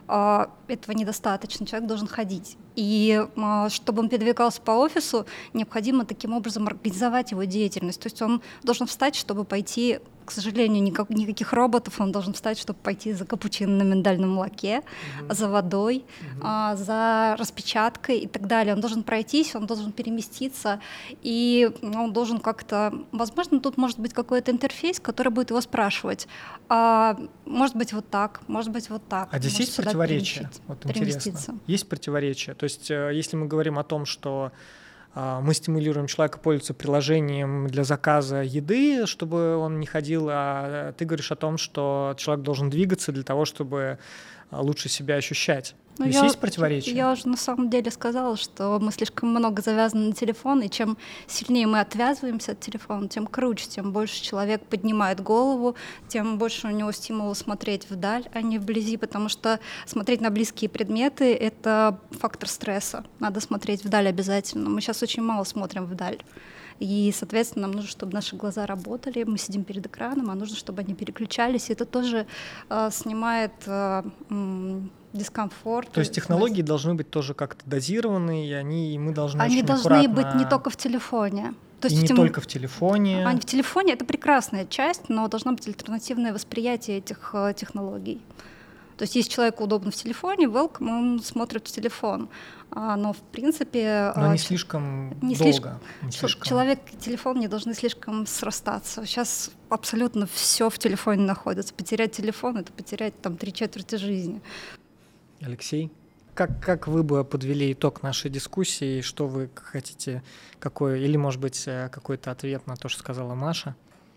этого недостаточно, человек должен ходить. И чтобы он передвигался по офису, необходимо таким образом организовать его деятельность. То есть он должен встать, чтобы пойти, к сожалению, никак, никаких роботов, он должен встать, чтобы пойти за капучино на миндальном молоке, mm-hmm. за водой, mm-hmm. за распечаткой и так далее. Он должен пройтись, он должен переместиться, и он должен как-то... Возможно, тут может быть какой-то интерфейс, который будет его спрашивать. А, может быть, вот так, может быть, вот так. А здесь есть противоречия? Вот интересно. Есть противоречия? То есть если мы говорим о том, что мы стимулируем человека пользоваться приложением для заказа еды, чтобы он не ходил, а ты говоришь о том, что человек должен двигаться для того, чтобы лучше себя ощущать. Ну, Здесь я, есть противоречия? Я уже на самом деле сказала, что мы слишком много завязаны на телефон, и чем сильнее мы отвязываемся от телефона, тем круче, тем больше человек поднимает голову, тем больше у него стимула смотреть вдаль, а не вблизи, потому что смотреть на близкие предметы — это фактор стресса. Надо смотреть вдаль обязательно. Мы сейчас очень мало смотрим вдаль. И, соответственно, нам нужно, чтобы наши глаза работали, мы сидим перед экраном, а нужно, чтобы они переключались, и это тоже э, снимает э, м, дискомфорт. То есть технологии должны быть тоже как-то дозированы, и они, и мы должны Они очень должны аккуратно... быть не только в телефоне. То и есть не тем... только в телефоне. Они в телефоне — это прекрасная часть, но должно быть альтернативное восприятие этих э, технологий. То есть если человеку удобно в телефоне, welcome, он смотрит в телефон. А, но в принципе... Но не ч... слишком не долго. Слишком... Не слишком... Человек и телефон не должны слишком срастаться. Сейчас абсолютно все в телефоне находится. Потерять телефон — это потерять там три четверти жизни. Алексей, как, как вы бы подвели итог нашей дискуссии? Что вы хотите, какой, или, может быть, какой-то ответ на то, что сказала Маша?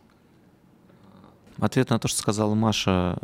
Ответ на то, что сказала Маша,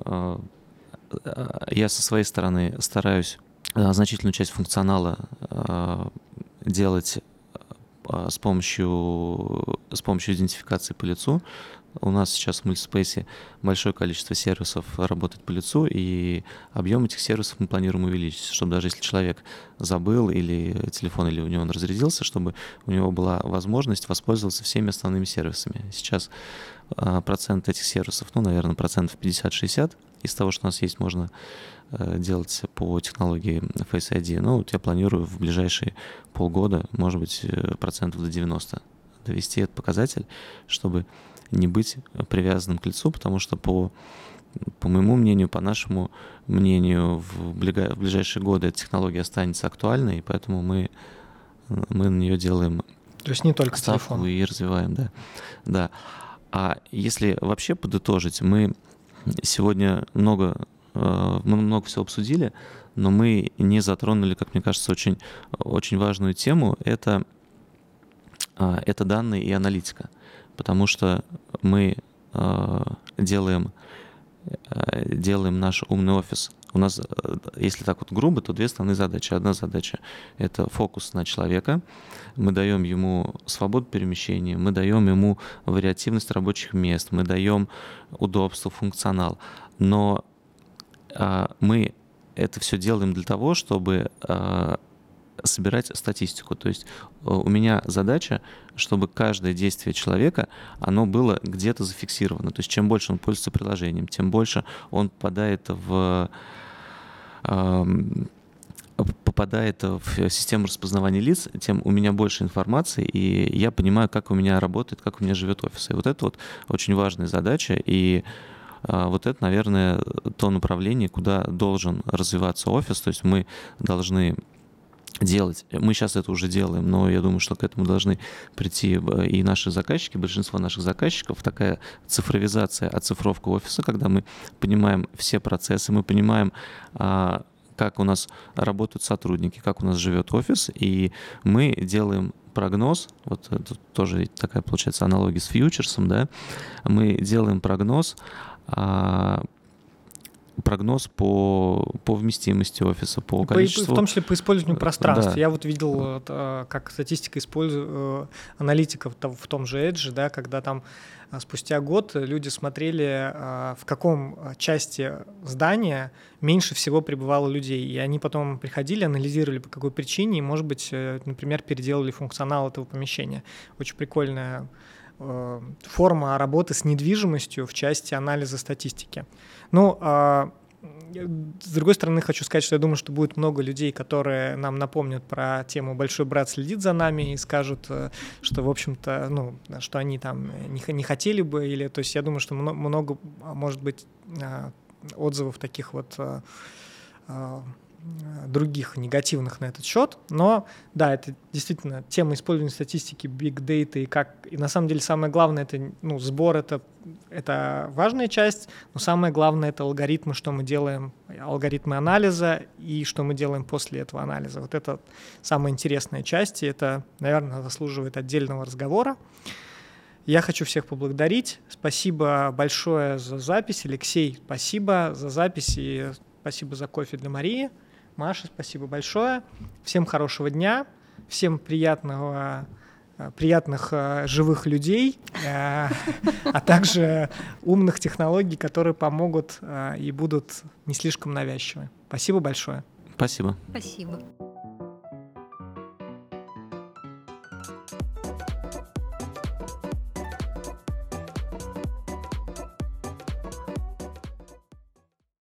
я со своей стороны стараюсь значительную часть функционала делать с помощью, с помощью идентификации по лицу. У нас сейчас в мультиспейсе большое количество сервисов работает по лицу, и объем этих сервисов мы планируем увеличить, чтобы даже если человек забыл или телефон, или у него он разрядился, чтобы у него была возможность воспользоваться всеми основными сервисами. Сейчас процент этих сервисов, ну, наверное, процентов пятьдесят-шестьдесят из того, что у нас есть, можно делать по технологии Face ай ди. Ну, вот я планирую в ближайшие полгода, может быть, процентов до девяноста довести этот показатель, чтобы не быть привязанным к лицу, потому что по, по моему мнению, по нашему мнению, в, блига, в ближайшие годы эта технология останется актуальной, и поэтому мы, мы на нее делаем То есть не только ставку телефон. И развиваем, да. да. А если вообще подытожить, мы сегодня много, мы много всего обсудили, но мы не затронули, как мне кажется, очень, очень важную тему. Это, это данные и аналитика. Потому что мы делаем, делаем наш умный офис. У нас, если так вот грубо, то две основные задачи. Одна задача — это фокус на человека. Мы даем ему свободу перемещения, мы даем ему вариативность рабочих мест, мы даем удобство, функционал. Но а, мы это все делаем для того, чтобы а, собирать статистику. То есть у меня задача, чтобы каждое действие человека, оно было где-то зафиксировано. То есть чем больше он пользуется приложением, тем больше он попадает в попадает в систему распознавания лиц, тем у меня больше информации, и я понимаю, как у меня работает, как у меня живет офис. И вот это вот очень важная задача, и вот это, наверное, то направление, куда должен развиваться офис. То есть мы должны делать, мы сейчас это уже делаем, но я думаю, что к этому должны прийти и наши заказчики, большинство наших заказчиков, такая цифровизация, оцифровка офиса, когда мы понимаем все процессы, мы понимаем, как у нас работают сотрудники, как у нас живет офис, и мы делаем прогноз, вот это тоже такая получается аналогия с фьючерсом, да, мы делаем прогноз, прогноз по, по вместимости офиса, по количеству... В том числе по использованию пространства. Да. Я вот видел, как статистика использует аналитиков в том же Edge, да, когда там спустя год люди смотрели, в каком части здания меньше всего пребывало людей. И они потом приходили, анализировали, по какой причине, и, может быть, например, переделали функционал этого помещения. Очень прикольная форма работы с недвижимостью в части анализа статистики. Ну, с другой стороны, хочу сказать, что я думаю, что будет много людей, которые нам напомнят про тему «Большой брат следит за нами» и скажут, что, в общем-то, ну, что они там не, не хотели бы, или, то есть я думаю, что много, много может быть, отзывов таких вот других негативных на этот счет, но да, это действительно тема использования статистики, big data, и как, и на самом деле самое главное, это, ну, сбор, это, это важная часть, но самое главное, это алгоритмы, что мы делаем, алгоритмы анализа и что мы делаем после этого анализа. Вот это самая интересная часть, и это, наверное, заслуживает отдельного разговора. Я хочу всех поблагодарить. Спасибо большое за запись. Алексей, спасибо за запись и спасибо за кофе для Марии. Маша, спасибо большое. Всем хорошего дня, всем приятного, приятных живых людей, а также умных технологий, которые помогут и будут не слишком навязчивы. Спасибо большое. Спасибо. Спасибо.